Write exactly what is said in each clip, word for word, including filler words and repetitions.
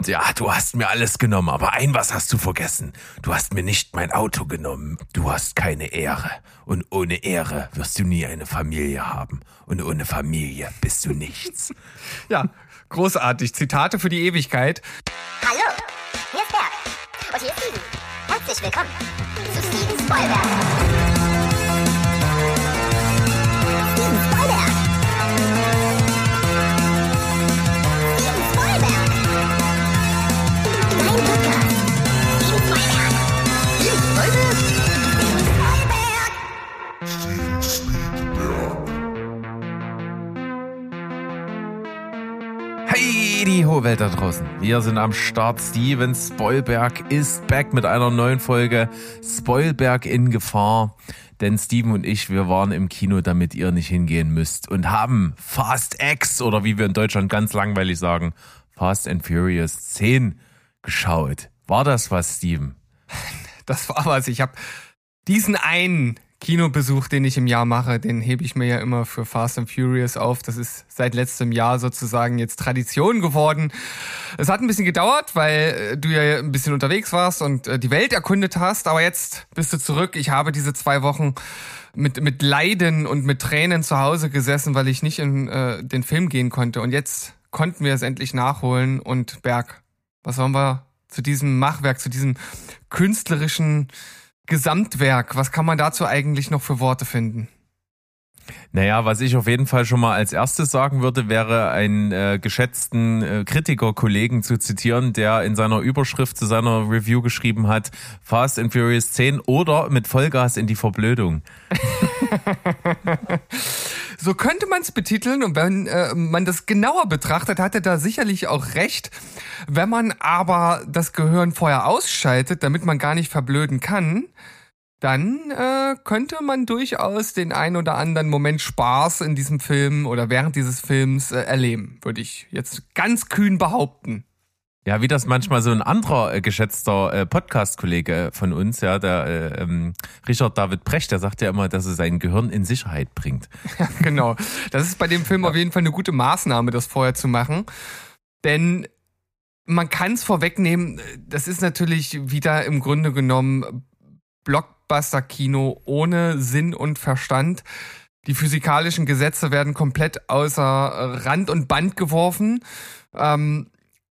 Ja, du hast mir alles genommen, aber ein was hast du vergessen. Du hast mir nicht mein Auto genommen. Du hast keine Ehre. Und ohne Ehre wirst du nie eine Familie haben. Und ohne Familie bist du nichts. Ja, großartig. Zitate für die Ewigkeit. Hallo, hier ist Berg. Und hier ist Steven. Herzlich willkommen zu Steven Spoilberg. Steven Spoilberg. Steven Spoilberg. Dein Podcast. Steven Spoilberg. Steven Spoilberg. Steven Spoilberg. Hey, die hohe Welt da draußen. Wir sind am Start. Steven Spoilberg ist back mit einer neuen Folge Spoilberg in Gefahr. Denn Steven und ich, wir waren im Kino, damit ihr nicht hingehen müsst und haben Fast X, oder wie wir in Deutschland ganz langweilig sagen, Fast and Furious zehn geschaut. War das was, Steven? Das war was. Ich habe diesen einen Kinobesuch, den ich im Jahr mache, den hebe ich mir ja immer für Fast and Furious auf. Das ist seit letztem Jahr sozusagen jetzt Tradition geworden. Es hat ein bisschen gedauert, weil du ja ein bisschen unterwegs warst und die Welt erkundet hast, aber jetzt bist du zurück. Ich habe diese zwei Wochen mit mit Leiden und mit Tränen zu Hause gesessen, weil ich nicht in äh, den Film gehen konnte. Und jetzt konnten wir es endlich nachholen. Und Berg, was sollen wir zu diesem Machwerk, zu diesem künstlerischen Gesamtwerk, was kann man dazu eigentlich noch für Worte finden? Naja, was ich auf jeden Fall schon mal als erstes sagen würde, wäre einen äh, geschätzten äh, Kritikerkollegen zu zitieren, der in seiner Überschrift zu seiner Review geschrieben hat, Fast and Furious zehn oder mit Vollgas in die Verblödung. So könnte man es betiteln, und wenn äh, man das genauer betrachtet, hat er da sicherlich auch recht. Wenn man aber das Gehirn vorher ausschaltet, damit man gar nicht verblöden kann, dann äh, könnte man durchaus den ein oder anderen Moment Spaß in diesem Film oder während dieses Films äh, erleben, würde ich jetzt ganz kühn behaupten. Ja, wie das manchmal so ein anderer äh, geschätzter äh, Podcast-Kollege von uns, ja, der äh, ähm, Richard David Brecht, der sagt ja immer, dass er sein Gehirn in Sicherheit bringt. Ja, genau. Das ist bei dem Film ja auf jeden Fall eine gute Maßnahme, das vorher zu machen. Denn man kann es vorwegnehmen, das ist natürlich wieder im Grunde genommen Blockbuster-Kino ohne Sinn und Verstand. Die physikalischen Gesetze werden komplett außer Rand und Band geworfen. Ähm,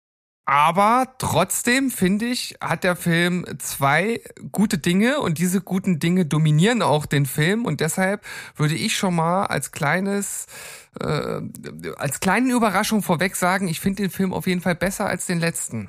aber trotzdem, finde ich, hat der Film zwei gute Dinge und diese guten Dinge dominieren auch den Film, und deshalb würde ich schon mal als kleines, äh, als kleine Überraschung vorweg sagen, ich finde den Film auf jeden Fall besser als den letzten.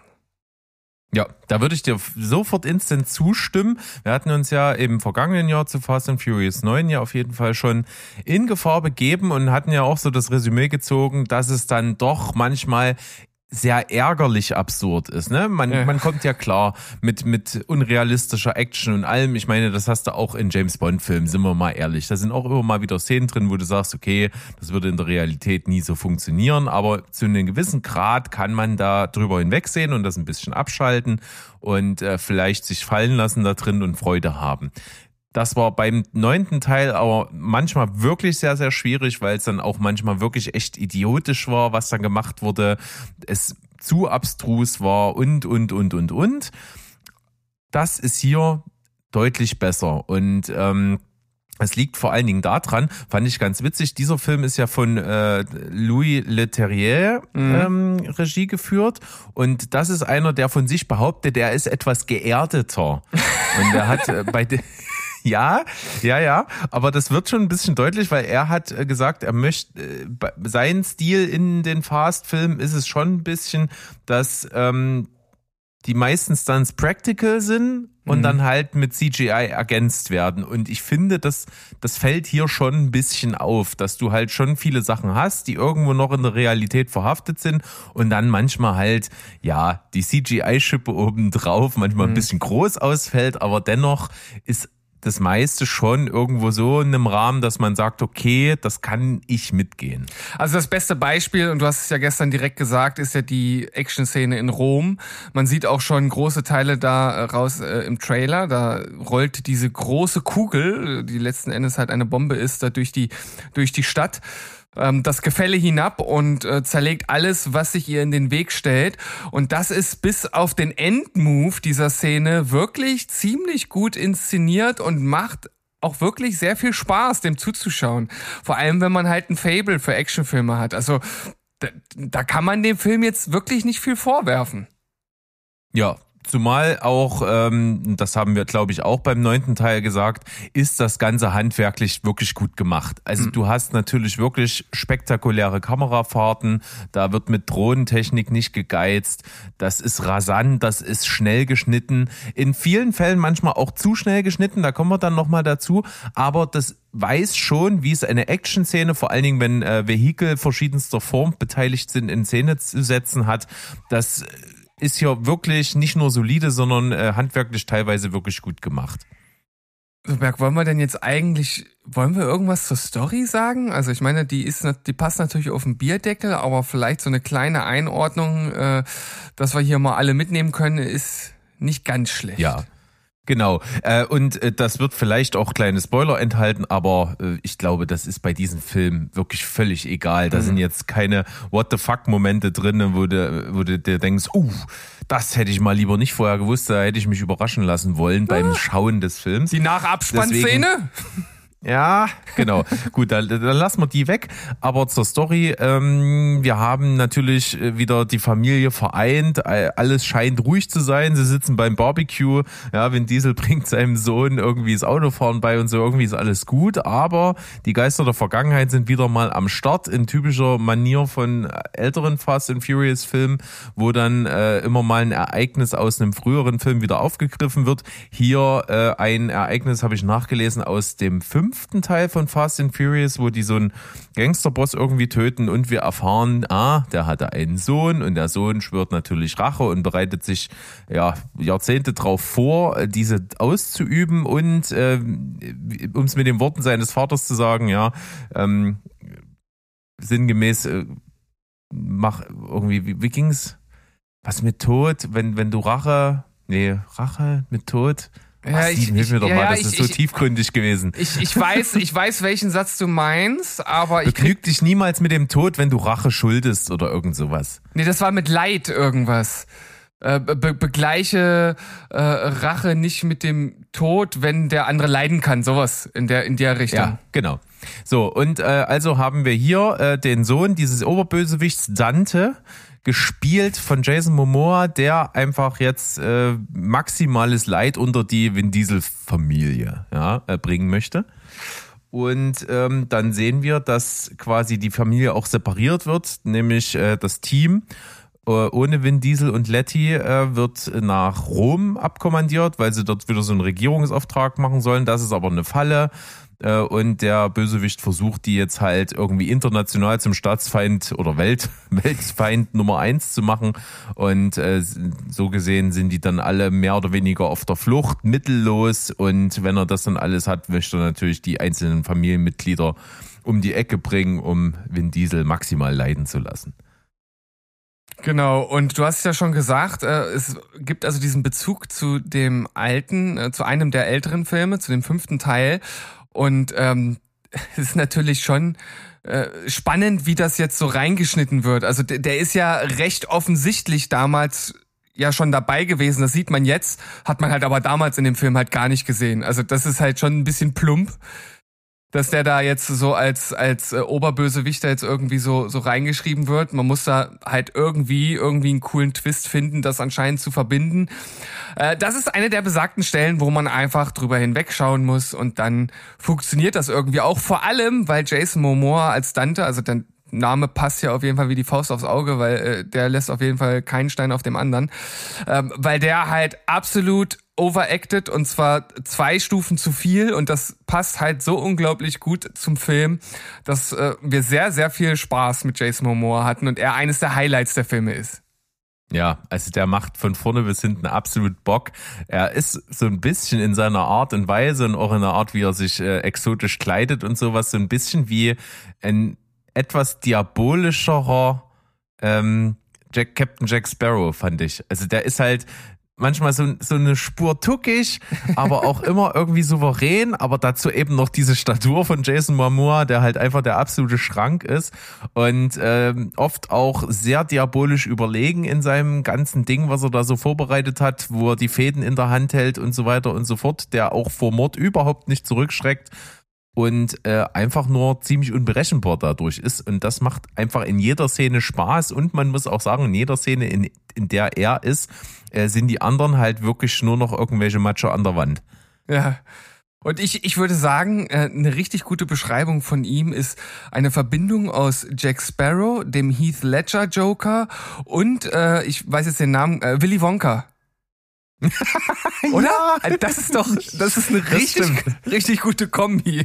Ja, da würde ich dir sofort instant zustimmen. Wir hatten uns ja im vergangenen Jahr zu Fast and Furious neun ja auf jeden Fall schon in Gefahr begeben und hatten ja auch so das Resümee gezogen, dass es dann doch manchmal sehr ärgerlich absurd ist, ne? Man, ja. man kommt ja klar mit, mit unrealistischer Action und allem. Ich meine, das hast du auch in James Bond Filmen, sind wir mal ehrlich. Da sind auch immer mal wieder Szenen drin, wo du sagst, okay, das würde in der Realität nie so funktionieren, aber zu einem gewissen Grad kann man da drüber hinwegsehen und das ein bisschen abschalten und äh, vielleicht sich fallen lassen da drin und Freude haben. Das war beim neunten Teil aber manchmal wirklich sehr, sehr schwierig, weil es dann auch manchmal wirklich echt idiotisch war, was dann gemacht wurde. Es zu abstrus war und, und, und, und, und. Das ist hier deutlich besser. Und ähm, es liegt vor allen Dingen daran, fand ich ganz witzig, dieser Film ist ja von äh, Louis Leterrier mhm. ähm, Regie geführt, und das ist einer, der von sich behauptet, er ist etwas geerdeter. Und er hat äh, bei... De- Ja, ja, ja, aber das wird schon ein bisschen deutlich, weil er hat gesagt, er möchte, sein Stil in den Fast-Filmen ist es schon ein bisschen, dass ähm, die meisten Stunts practical sind und mhm. dann halt mit C G I ergänzt werden. Und ich finde, das, das fällt hier schon ein bisschen auf, dass du halt schon viele Sachen hast, die irgendwo noch in der Realität verhaftet sind und dann manchmal halt, ja, die C G I-Schippe obendrauf manchmal mhm. ein bisschen groß ausfällt, aber dennoch ist das meiste schon irgendwo so in einem Rahmen, dass man sagt, okay, das kann ich mitgehen. Also das beste Beispiel, und du hast es ja gestern direkt gesagt, ist ja die Action-Szene in Rom. Man sieht auch schon große Teile da raus äh, im Trailer. Da rollt diese große Kugel, die letzten Endes halt eine Bombe ist, da durch die durch die Stadt. ähm, das Gefälle hinab und äh, zerlegt alles, was sich ihr in den Weg stellt. Und das ist bis auf den Endmove dieser Szene wirklich ziemlich gut inszeniert und macht auch wirklich sehr viel Spaß, dem zuzuschauen. Vor allem, wenn man halt ein Faible für Actionfilme hat. Also da, da kann man dem Film jetzt wirklich nicht viel vorwerfen. Ja, zumal auch, ähm, das haben wir, glaube ich, auch beim neunten Teil gesagt, ist das Ganze handwerklich wirklich gut gemacht. Also mhm. du hast natürlich wirklich spektakuläre Kamerafahrten, da wird mit Drohnentechnik nicht gegeizt, das ist rasant, das ist schnell geschnitten, in vielen Fällen manchmal auch zu schnell geschnitten, da kommen wir dann nochmal dazu, aber das weiß schon, wie es eine Action-Szene, vor allen Dingen, wenn äh, Vehikel verschiedenster Form beteiligt sind, in Szene zu setzen hat, das ist hier wirklich nicht nur solide, sondern äh, handwerklich teilweise wirklich gut gemacht. So, Berg, wollen wir denn jetzt eigentlich, wollen wir irgendwas zur Story sagen? Also ich meine, die ist, die passt natürlich auf den Bierdeckel, aber vielleicht so eine kleine Einordnung, äh, dass wir hier mal alle mitnehmen können, ist nicht ganz schlecht. Ja. Genau, äh, und äh, das wird vielleicht auch kleine Spoiler enthalten, aber äh, ich glaube, das ist bei diesem Film wirklich völlig egal. Da mhm. sind jetzt keine What-the-fuck-Momente drin, wo du, wo du dir denkst, uh, das hätte ich mal lieber nicht vorher gewusst, da hätte ich mich überraschen lassen wollen beim Schauen des Films. Die Nachabspannszene? Ja, genau. Gut, dann, dann lassen wir die weg. Aber zur Story, ähm, wir haben natürlich wieder die Familie vereint. Alles scheint ruhig zu sein. Sie sitzen beim Barbecue. Ja, Vin Diesel bringt seinem Sohn irgendwie das Autofahren bei und so. Irgendwie ist alles gut. Aber die Geister der Vergangenheit sind wieder mal am Start in typischer Manier von älteren Fast and Furious Filmen, wo dann äh, immer mal ein Ereignis aus einem früheren Film wieder aufgegriffen wird. Hier äh, ein Ereignis, habe ich nachgelesen, aus dem fünften Teil von Fast and Furious, wo die so einen Gangsterboss irgendwie töten und wir erfahren, ah, der hatte einen Sohn und der Sohn schwört natürlich Rache und bereitet sich ja Jahrzehnte drauf vor, diese auszuüben und äh, um es mit den Worten seines Vaters zu sagen, ja, ähm, sinngemäß äh, mach irgendwie, wie, wie ging's? Was mit Tod, wenn wenn du Rache, nee, Rache mit Tod. Ja, Ach, Steven, hilf mir doch ja, mal, ja, das ich, ist so ich, tiefgründig gewesen. Ich, ich weiß, ich weiß, welchen Satz du meinst, aber ich Begnüg dich niemals mit dem Tod, wenn du Rache schuldest oder irgend sowas. Nee, das war mit Leid irgendwas. Äh, be- begleiche äh, Rache nicht mit dem Tod, wenn der andere leiden kann, sowas in der in der Richtung. Ja, genau. So, und äh, also haben wir hier äh, den Sohn dieses Oberbösewichts Dante, gespielt von Jason Momoa, der einfach jetzt äh, maximales Leid unter die Vin Diesel Familie ja, äh, bringen möchte. Und ähm, dann sehen wir, dass quasi die Familie auch separiert wird, nämlich äh, das Team äh, ohne Vin Diesel und Letty äh, wird nach Rom abkommandiert, weil sie dort wieder so einen Regierungsauftrag machen sollen. Das ist aber eine Falle. Und der Bösewicht versucht, die jetzt halt irgendwie international zum Staatsfeind oder Welt, Weltfeind Nummer eins zu machen. Und äh, so gesehen sind die dann alle mehr oder weniger auf der Flucht, mittellos. Und wenn er das dann alles hat, möchte er natürlich die einzelnen Familienmitglieder um die Ecke bringen, um Vin Diesel maximal leiden zu lassen. Genau, und du hast ja schon gesagt, äh, es gibt also diesen Bezug zu dem alten, äh, zu einem der älteren Filme, zu dem fünften Teil. Und ähm, es ist natürlich schon äh, spannend, wie das jetzt so reingeschnitten wird. Also der, der ist ja recht offensichtlich damals ja schon dabei gewesen. Das sieht man jetzt, hat man halt aber damals in dem Film halt gar nicht gesehen. Also das ist halt schon ein bisschen plump, dass der da jetzt so als als äh, Oberbösewichter jetzt irgendwie so so reingeschrieben wird. Man muss da halt irgendwie irgendwie einen coolen Twist finden, das anscheinend zu verbinden. Äh, das ist eine der besagten Stellen, wo man einfach drüber hinwegschauen muss und dann funktioniert das irgendwie auch. Vor allem, weil Jason Momoa als Dante, also der Name passt ja auf jeden Fall wie die Faust aufs Auge, weil äh, der lässt auf jeden Fall keinen Stein auf dem anderen, ähm, weil der halt absolut overacted und zwar zwei Stufen zu viel und das passt halt so unglaublich gut zum Film, dass äh, wir sehr, sehr viel Spaß mit Jason Momoa hatten und er eines der Highlights der Filme ist. Ja, also der macht von vorne bis hinten absolut Bock. Er ist so ein bisschen in seiner Art und Weise und auch in der Art, wie er sich äh, exotisch kleidet und sowas, so ein bisschen wie ein etwas diabolischerer ähm, Jack, Captain Jack Sparrow, fand ich. Also der ist halt, manchmal so, so eine Spur tuckig, aber auch immer irgendwie souverän, aber dazu eben noch diese Statur von Jason Momoa, der halt einfach der absolute Schrank ist und ähm, oft auch sehr diabolisch überlegen in seinem ganzen Ding, was er da so vorbereitet hat, wo er die Fäden in der Hand hält und so weiter und so fort, der auch vor Mord überhaupt nicht zurückschreckt. Und äh, einfach nur ziemlich unberechenbar dadurch ist. Und das macht einfach in jeder Szene Spaß. Und man muss auch sagen, in jeder Szene, in, in der er ist, äh, sind die anderen halt wirklich nur noch irgendwelche Matsche an der Wand. Ja. Und ich, ich würde sagen, äh, eine richtig gute Beschreibung von ihm ist eine Verbindung aus Jack Sparrow, dem Heath Ledger Joker und, äh, ich weiß jetzt den Namen, äh, Willy Wonka. Oder? Ja. Das ist doch, das ist eine richtig, richtig gute Kombi.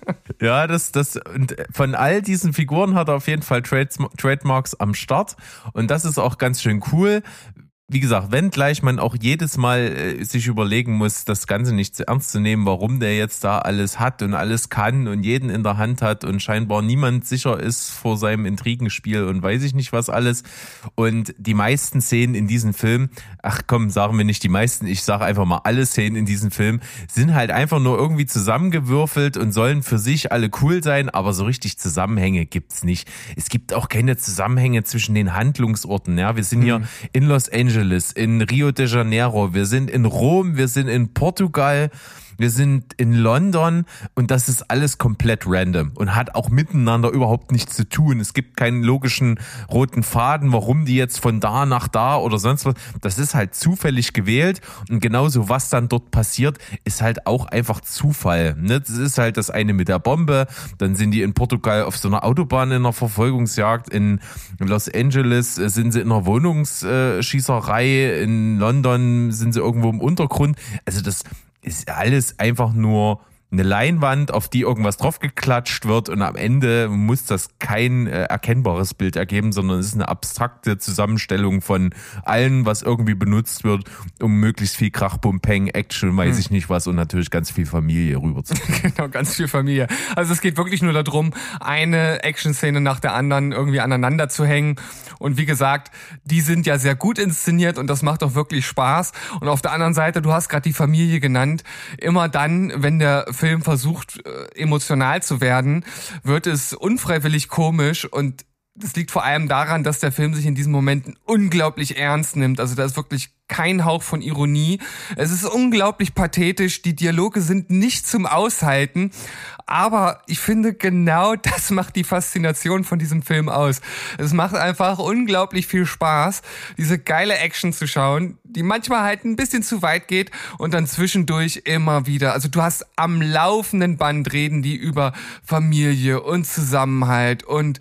Ja, das, das, und von all diesen Figuren hat er auf jeden Fall Trades, Trademarks am Start. Und das ist auch ganz schön cool. Wie gesagt, wenn gleich man auch jedes Mal äh, sich überlegen muss, das Ganze nicht zu ernst zu nehmen, warum der jetzt da alles hat und alles kann und jeden in der Hand hat und scheinbar niemand sicher ist vor seinem Intrigenspiel und weiß ich nicht was alles. Und die meisten Szenen in diesem Film, ach komm, sagen wir nicht die meisten, ich sage einfach mal alle Szenen in diesem Film, sind halt einfach nur irgendwie zusammengewürfelt und sollen für sich alle cool sein, aber so richtig Zusammenhänge gibt's nicht. Es gibt auch keine Zusammenhänge zwischen den Handlungsorten. Ja, wir sind hier mhm. in Los Angeles, in Rio de Janeiro, wir sind in Rom, wir sind in Portugal, wir sind in London und das ist alles komplett random und hat auch miteinander überhaupt nichts zu tun. Es gibt keinen logischen roten Faden, warum die jetzt von da nach da oder sonst was. Das ist halt zufällig gewählt und genauso was dann dort passiert, ist halt auch einfach Zufall. Das ist halt das eine mit der Bombe, dann sind die in Portugal auf so einer Autobahn in einer Verfolgungsjagd, in Los Angeles sind sie in einer Wohnungsschießerei, in London sind sie irgendwo im Untergrund. Also das ist alles einfach nur eine Leinwand, auf die irgendwas draufgeklatscht wird und am Ende muss das kein äh, erkennbares Bild ergeben, sondern es ist eine abstrakte Zusammenstellung von allem, was irgendwie benutzt wird, um möglichst viel Krach, Bum, Peng, Action, weiß hm. ich nicht was und natürlich ganz viel Familie rüberzubringen. Genau, ganz viel Familie. Also es geht wirklich nur darum, eine Action-Szene nach der anderen irgendwie aneinander zu hängen und wie gesagt, die sind ja sehr gut inszeniert und das macht auch wirklich Spaß und auf der anderen Seite, du hast gerade die Familie genannt, immer dann, wenn der Film versucht, emotional zu werden, wird es unfreiwillig komisch und das liegt vor allem daran, dass der Film sich in diesen Momenten unglaublich ernst nimmt. Also da ist wirklich kein Hauch von Ironie. Es ist unglaublich pathetisch. Die Dialoge sind nicht zum Aushalten. Aber ich finde, genau das macht die Faszination von diesem Film aus. Es macht einfach unglaublich viel Spaß, diese geile Action zu schauen, die manchmal halt ein bisschen zu weit geht und dann zwischendurch immer wieder. Also du hast am laufenden Band reden die über Familie und Zusammenhalt und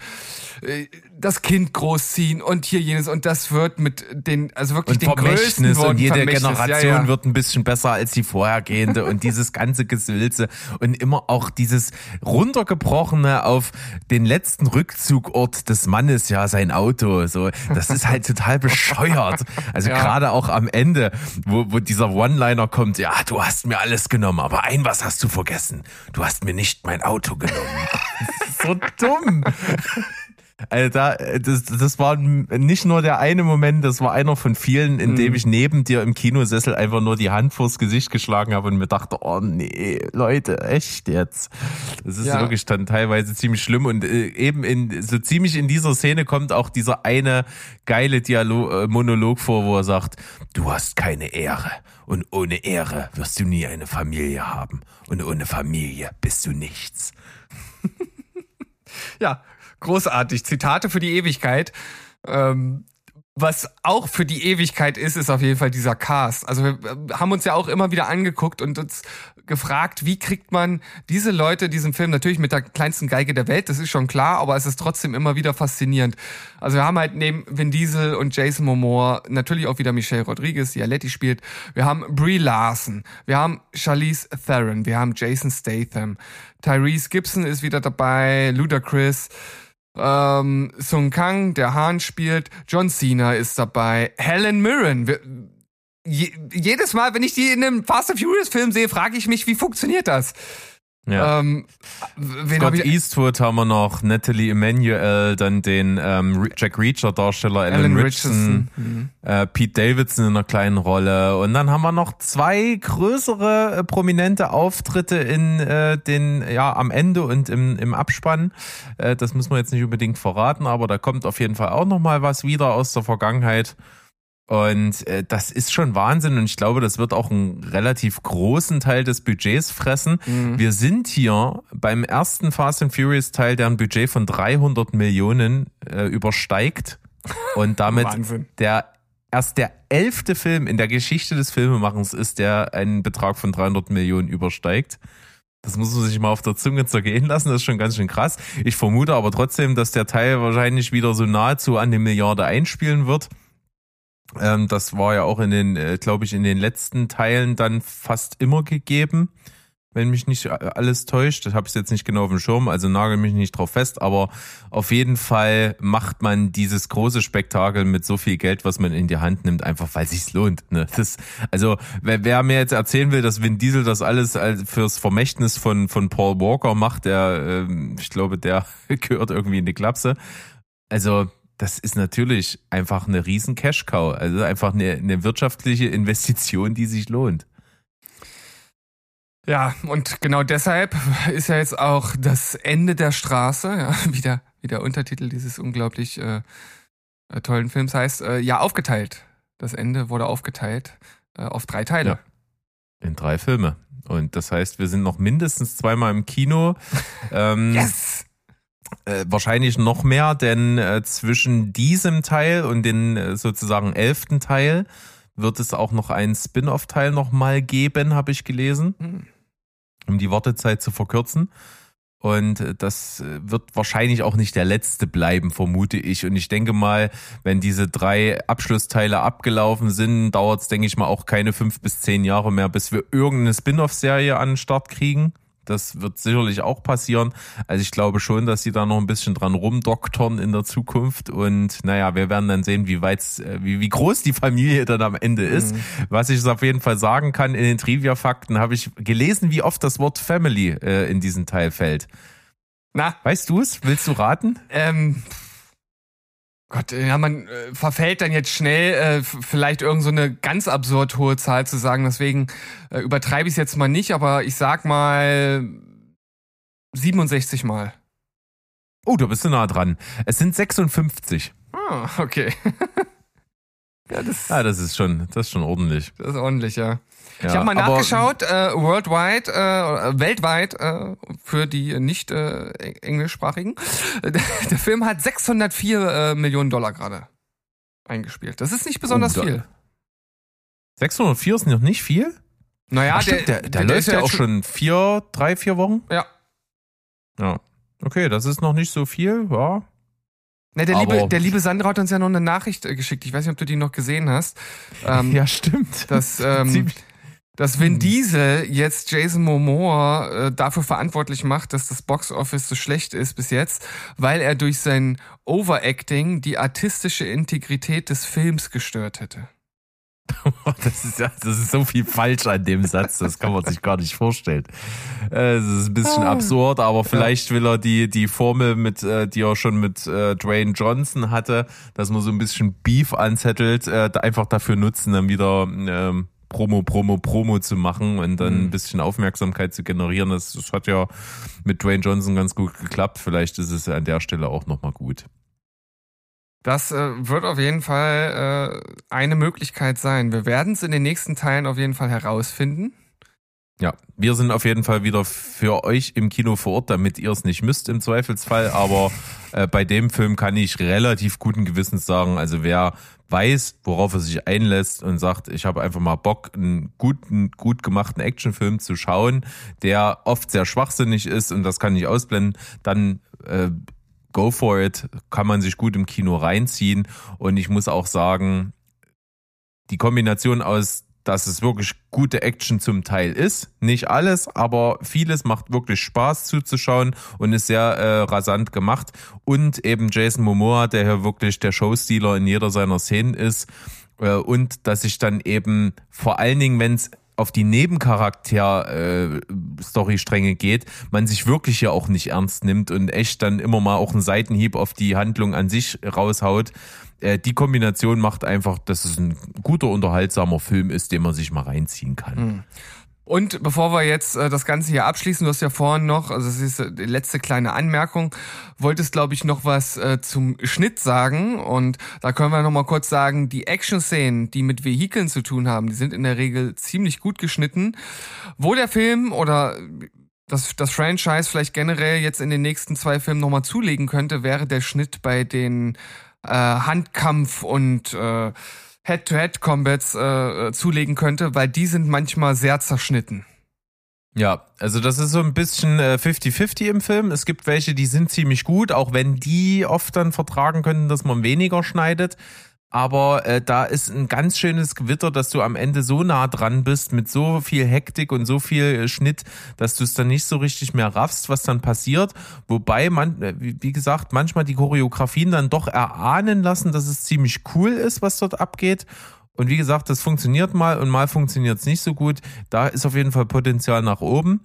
das Kind großziehen und hier jenes und das wird mit den, also wirklich und den größten Worten und jede Vermächtnis. Generation ja, ja. wird ein bisschen besser als die vorhergehende und dieses ganze Gesülze und immer auch dieses runtergebrochene auf den letzten Rückzugort des Mannes, ja, sein Auto, so, das ist halt total bescheuert. Also ja. gerade auch am Ende, wo, wo dieser One-Liner kommt, ja, du hast mir alles genommen, aber ein was hast du vergessen, du hast mir nicht mein Auto genommen. Das ist so dumm. Also da, das, das war nicht nur der eine Moment, das war einer von vielen, in dem ich neben dir im Kinosessel einfach nur die Hand vors Gesicht geschlagen habe und mir dachte, oh nee, Leute, echt jetzt. Das ist ja. wirklich dann teilweise ziemlich schlimm und eben in so ziemlich in dieser Szene kommt auch dieser eine geile Dialog, Monolog vor, wo er sagt, du hast keine Ehre und ohne Ehre wirst du nie eine Familie haben und ohne Familie bist du nichts. Ja, großartig. Zitate für die Ewigkeit. Ähm, was auch für die Ewigkeit ist, ist auf jeden Fall dieser Cast. Also wir haben uns ja auch immer wieder angeguckt und uns gefragt, wie kriegt man diese Leute diesen Film natürlich mit der kleinsten Geige der Welt, das ist schon klar, aber es ist trotzdem immer wieder faszinierend. Also wir haben halt neben Vin Diesel und Jason Momoa natürlich auch wieder Michelle Rodriguez, die ja Letty spielt. Wir haben Brie Larson, wir haben Charlize Theron, wir haben Jason Statham, Tyrese Gibson ist wieder dabei, Ludacris, ähm, Sung Kang, der Han spielt, John Cena ist dabei, Helen Mirren. Wir, je, jedes Mal, wenn ich die in einem Fast and Furious Film sehe, frage ich mich, wie funktioniert das? Ja. Ähm, wen Scott hab ich, Eastwood haben wir noch, Natalie Emmanuel, dann den ähm, Jack Reacher-Darsteller Alan, Alan Richardson, Mhm. äh, Pete Davidson in einer kleinen Rolle. Und dann haben wir noch zwei größere äh, prominente Auftritte in äh, den, ja, am Ende und im, im Abspann. Äh, das müssen wir jetzt nicht unbedingt verraten, aber da kommt auf jeden Fall auch nochmal was wieder aus der Vergangenheit. Und äh, das ist schon Wahnsinn und ich glaube, das wird auch einen relativ großen Teil des Budgets fressen. Mhm. Wir sind hier beim ersten Fast and Furious Teil, der ein Budget von dreihundert Millionen äh, übersteigt und damit Wahnsinn. der erst der elfte Film in der Geschichte des Filmemachens ist, der einen Betrag von dreihundert Millionen übersteigt. Das muss man sich mal auf der Zunge zergehen lassen, das ist schon ganz schön krass. Ich vermute aber trotzdem, dass der Teil wahrscheinlich wieder so nahezu an die Milliarde einspielen wird. Ähm, das war ja auch in den, äh, glaube ich, in den letzten Teilen dann fast immer gegeben, wenn mich nicht alles täuscht. Das habe ich jetzt nicht genau auf dem Schirm, also nagel mich nicht drauf fest, aber auf jeden Fall macht man dieses große Spektakel mit so viel Geld, was man in die Hand nimmt, einfach weil sich's lohnt. Ne? Das, also wer, wer mir jetzt erzählen will, dass Vin Diesel das alles fürs Vermächtnis von von Paul Walker macht, der, äh, ich glaube, der gehört irgendwie in die Klapse. Also das ist natürlich einfach eine riesen Cash-Cow, also einfach eine, eine wirtschaftliche Investition, die sich lohnt. Ja, und genau deshalb ist ja jetzt auch das Ende der Straße, ja, wie der, wie der Untertitel dieses unglaublich äh, tollen Films heißt, äh, ja, aufgeteilt. Das Ende wurde aufgeteilt äh, auf drei Teile. Ja, in drei Filme. Und das heißt, wir sind noch mindestens zweimal im Kino. ähm, yes! Äh, wahrscheinlich noch mehr, denn äh, zwischen diesem Teil und den äh, sozusagen elften Teil wird es auch noch einen Spin-off-Teil nochmal geben, habe ich gelesen, hm. um die Wartezeit zu verkürzen. Und äh, das äh, wird wahrscheinlich auch nicht der letzte bleiben, vermute ich. Und ich denke mal, wenn diese drei Abschlussteile abgelaufen sind, dauert es, denke ich mal, auch keine fünf bis zehn Jahre mehr, bis wir irgendeine Spin-off-Serie an den Start kriegen. Das wird sicherlich auch passieren. Also ich glaube schon, dass sie da noch ein bisschen dran rumdoktern in der Zukunft. Und naja, wir werden dann sehen, wie weit, wie, wie groß die Familie dann am Ende ist. Mhm. Was ich auf jeden Fall sagen kann, in den Trivia-Fakten habe ich gelesen, wie oft das Wort Family äh, in diesen Teil fällt. Na? Weißt du es? Willst du raten? Ähm... Gott, ja, man äh, verfällt dann jetzt schnell, äh, f- vielleicht irgend so eine ganz absurd hohe Zahl zu sagen. Deswegen äh, übertreibe ich es jetzt mal nicht, aber ich sag mal siebenundsechzig Mal. Oh, da bist du nah dran. Es sind sechsundfünfzig. Ah, okay. ja, das, Ja, das ist schon, das ist schon ordentlich. das ist ordentlich, ja. Ja, ich habe mal aber- nachgeschaut, äh, worldwide, äh, weltweit, äh, für die nicht äh, englischsprachigen. Der Film hat sechshundertvier äh, Millionen Dollar gerade eingespielt. Das ist nicht besonders Oh, da- viel. sechshundertvier ist noch nicht viel? Naja, Ach, stimmt, der, der, läuft ist ja auch jetzt schon vier, drei, vier Wochen. Ja. Ja. Okay, das ist noch nicht so viel, ja. Ne, der, Aber- liebe, der liebe Sandra hat uns ja noch eine Nachricht äh, geschickt. Ich weiß nicht, ob du die noch gesehen hast. Ähm, Ja, stimmt. dass, ähm, Ziemlich- dass Vin Diesel jetzt Jason Momoa äh, dafür verantwortlich macht, dass das Boxoffice so schlecht ist bis jetzt, weil er durch sein Overacting die artistische Integrität des Films gestört hätte. Das ist, ja- das ist so viel falsch an dem Satz, das kann man sich gar nicht vorstellen. Äh, Es ist ein bisschen absurd, aber vielleicht will er die, die Formel, mit, äh, die er schon mit äh, Dwayne Johnson hatte, dass man so ein bisschen Beef anzettelt, äh, einfach dafür nutzen, dann wieder ähm, Promo, Promo, Promo zu machen und dann ein bisschen Aufmerksamkeit zu generieren. Das, das hat ja mit Dwayne Johnson ganz gut geklappt. Vielleicht ist es an der Stelle auch nochmal gut. Das äh, wird auf jeden Fall äh, eine Möglichkeit sein. Wir werden es in den nächsten Teilen auf jeden Fall herausfinden. Ja, wir sind auf jeden Fall wieder für euch im Kino vor Ort, damit ihr es nicht müsst im Zweifelsfall. Aber äh, bei dem Film kann ich relativ guten Gewissens sagen, also wer weiß, worauf er sich einlässt und sagt, ich habe einfach mal Bock, einen guten, gut gemachten Actionfilm zu schauen, der oft sehr schwachsinnig ist und das kann ich ausblenden, dann äh, go for it, kann man sich gut im Kino reinziehen. Und ich muss auch sagen, die Kombination aus, dass es wirklich gute Action zum Teil ist, nicht alles, aber vieles macht wirklich Spaß zuzuschauen und ist sehr äh, rasant gemacht. Und eben Jason Momoa, der hier wirklich der Showstealer in jeder seiner Szenen ist. Äh, und dass ich dann eben vor allen Dingen, wenn es auf die Nebencharakter-Storystränge geht, man sich wirklich ja auch nicht ernst nimmt und echt dann immer mal auch einen Seitenhieb auf die Handlung an sich raushaut. Äh, die Kombination macht einfach, dass es ein guter, unterhaltsamer Film ist, den man sich mal reinziehen kann. Mhm. Und bevor wir jetzt äh, das Ganze hier abschließen, du hast ja vorhin noch, also das ist die letzte kleine Anmerkung, wolltest, glaube ich, noch was äh, zum Schnitt sagen. Und da können wir noch mal kurz sagen, die Action-Szenen, die mit Vehikeln zu tun haben, die sind in der Regel ziemlich gut geschnitten. Wo der Film oder das, das Franchise vielleicht generell jetzt in den nächsten zwei Filmen noch mal zulegen könnte, wäre der Schnitt bei den äh, Handkampf- und äh, Head-to-Head-Combats äh, zulegen könnte, weil die sind manchmal sehr zerschnitten. Ja, also das ist so ein bisschen äh, fifty fifty im Film. Es gibt welche, die sind ziemlich gut, auch wenn die oft dann vertragen können, dass man weniger schneidet. Aber äh, da ist ein ganz schönes Gewitter, dass du am Ende so nah dran bist mit so viel Hektik und so viel äh, Schnitt, dass du es dann nicht so richtig mehr raffst, was dann passiert. Wobei man, äh, wie, wie gesagt, manchmal die Choreografien dann doch erahnen lassen, dass es ziemlich cool ist, was dort abgeht. Und wie gesagt, das funktioniert mal und mal funktioniert es nicht so gut. Da ist auf jeden Fall Potenzial nach oben.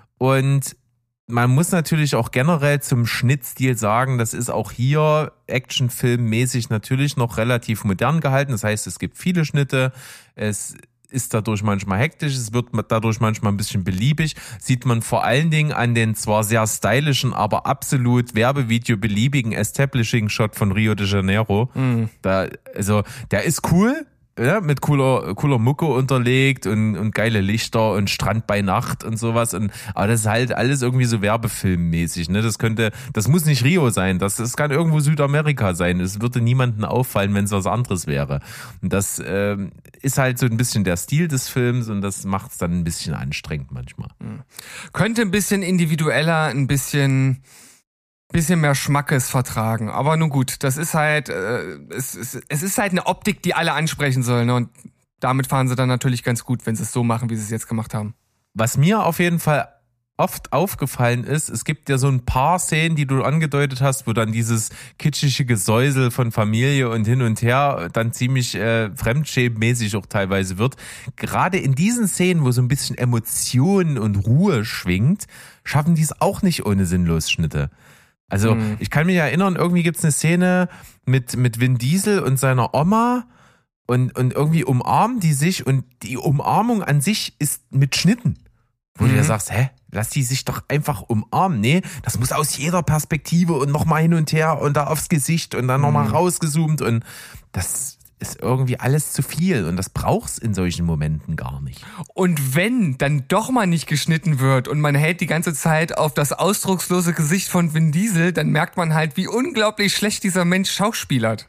Und man muss natürlich auch generell zum Schnittstil sagen, das ist auch hier actionfilmmäßig natürlich noch relativ modern gehalten. Das heißt, es gibt viele Schnitte, es ist dadurch manchmal hektisch, es wird dadurch manchmal ein bisschen beliebig. Sieht man vor allen Dingen an den zwar sehr stylischen, aber absolut Werbevideo-beliebigen Establishing-Shot von Rio de Janeiro. Mhm. Da, also, der ist cool. Ja, mit cooler, cooler Mucke unterlegt und, und geile Lichter und Strand bei Nacht und sowas. Und, aber das ist halt alles irgendwie so werbefilmmäßig, ne? Das könnte, das muss nicht Rio sein. Das, das kann irgendwo Südamerika sein. Es würde niemandem auffallen, wenn es was anderes wäre. Und das ähm, ist halt so ein bisschen der Stil des Films und das macht es dann ein bisschen anstrengend manchmal. Könnte ein bisschen individueller, ein bisschen... bisschen mehr Schmackes vertragen. Aber nun gut, das ist halt, äh, es, es, es ist halt eine Optik, die alle ansprechen soll, ne? Und damit fahren sie dann natürlich ganz gut, wenn sie es so machen, wie sie es jetzt gemacht haben. Was mir auf jeden Fall oft aufgefallen ist, es gibt ja so ein paar Szenen, die du angedeutet hast, wo dann dieses kitschige Gesäusel von Familie und hin und her dann ziemlich äh, fremdschämenmäßig auch teilweise wird. Gerade in diesen Szenen, wo so ein bisschen Emotionen und Ruhe schwingt, schaffen die es auch nicht ohne Sinnlosschnitte. Also mhm. ich kann mich erinnern, irgendwie gibt's eine Szene mit mit Vin Diesel und seiner Oma und und irgendwie umarmen die sich und die Umarmung an sich ist mit Schnitten. Wo mhm. du ja sagst, hä, lass die sich doch einfach umarmen. Nee, das muss aus jeder Perspektive und nochmal hin und her und da aufs Gesicht und dann nochmal mhm. rausgezoomt und das ist irgendwie alles zu viel und das braucht's in solchen Momenten gar nicht. Und wenn dann doch mal nicht geschnitten wird und man hält die ganze Zeit auf das ausdruckslose Gesicht von Vin Diesel, dann merkt man halt, wie unglaublich schlecht dieser Mensch schauspielert.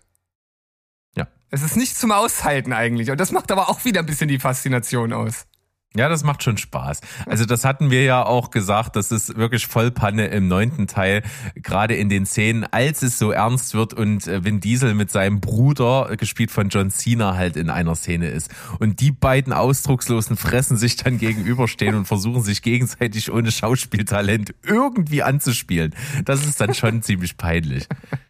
Ja. Es ist nicht zum Aushalten eigentlich und das macht aber auch wieder ein bisschen die Faszination aus. Ja, das macht schon Spaß. Also das hatten wir ja auch gesagt, das ist wirklich Vollpanne im neunten Teil, gerade in den Szenen, als es so ernst wird und Vin Diesel mit seinem Bruder, gespielt von John Cena, halt in einer Szene ist. Und die beiden Ausdruckslosen fressen sich dann gegenüberstehen und versuchen sich gegenseitig ohne Schauspieltalent irgendwie anzuspielen. Das ist dann schon ziemlich peinlich.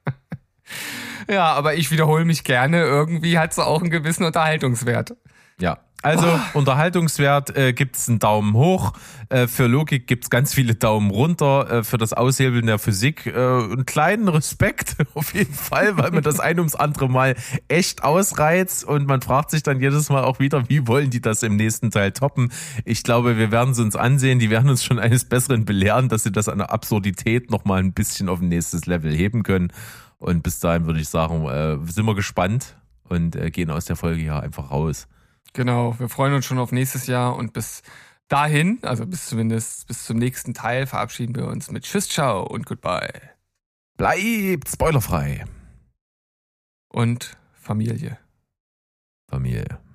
Ja, aber ich wiederhole mich gerne, irgendwie hat es auch einen gewissen Unterhaltungswert. Ja. Also oh. Unterhaltungswert äh, gibt's einen Daumen hoch, äh, für Logik gibt's ganz viele Daumen runter, äh, für das Aushebeln der Physik äh, einen kleinen Respekt auf jeden Fall, weil man das ein ums andere Mal echt ausreizt und man fragt sich dann jedes Mal auch wieder, wie wollen die das im nächsten Teil toppen? Ich glaube, wir werden es uns ansehen, die werden uns schon eines Besseren belehren, dass sie das an der Absurdität nochmal ein bisschen auf ein nächstes Level heben können und bis dahin würde ich sagen, äh, sind wir gespannt und äh, gehen aus der Folge hier einfach raus. Genau, wir freuen uns schon auf nächstes Jahr und bis dahin, also bis zumindest bis zum nächsten Teil, verabschieden wir uns mit Tschüss, ciao und goodbye. Bleibt spoilerfrei. Und Familie. Familie.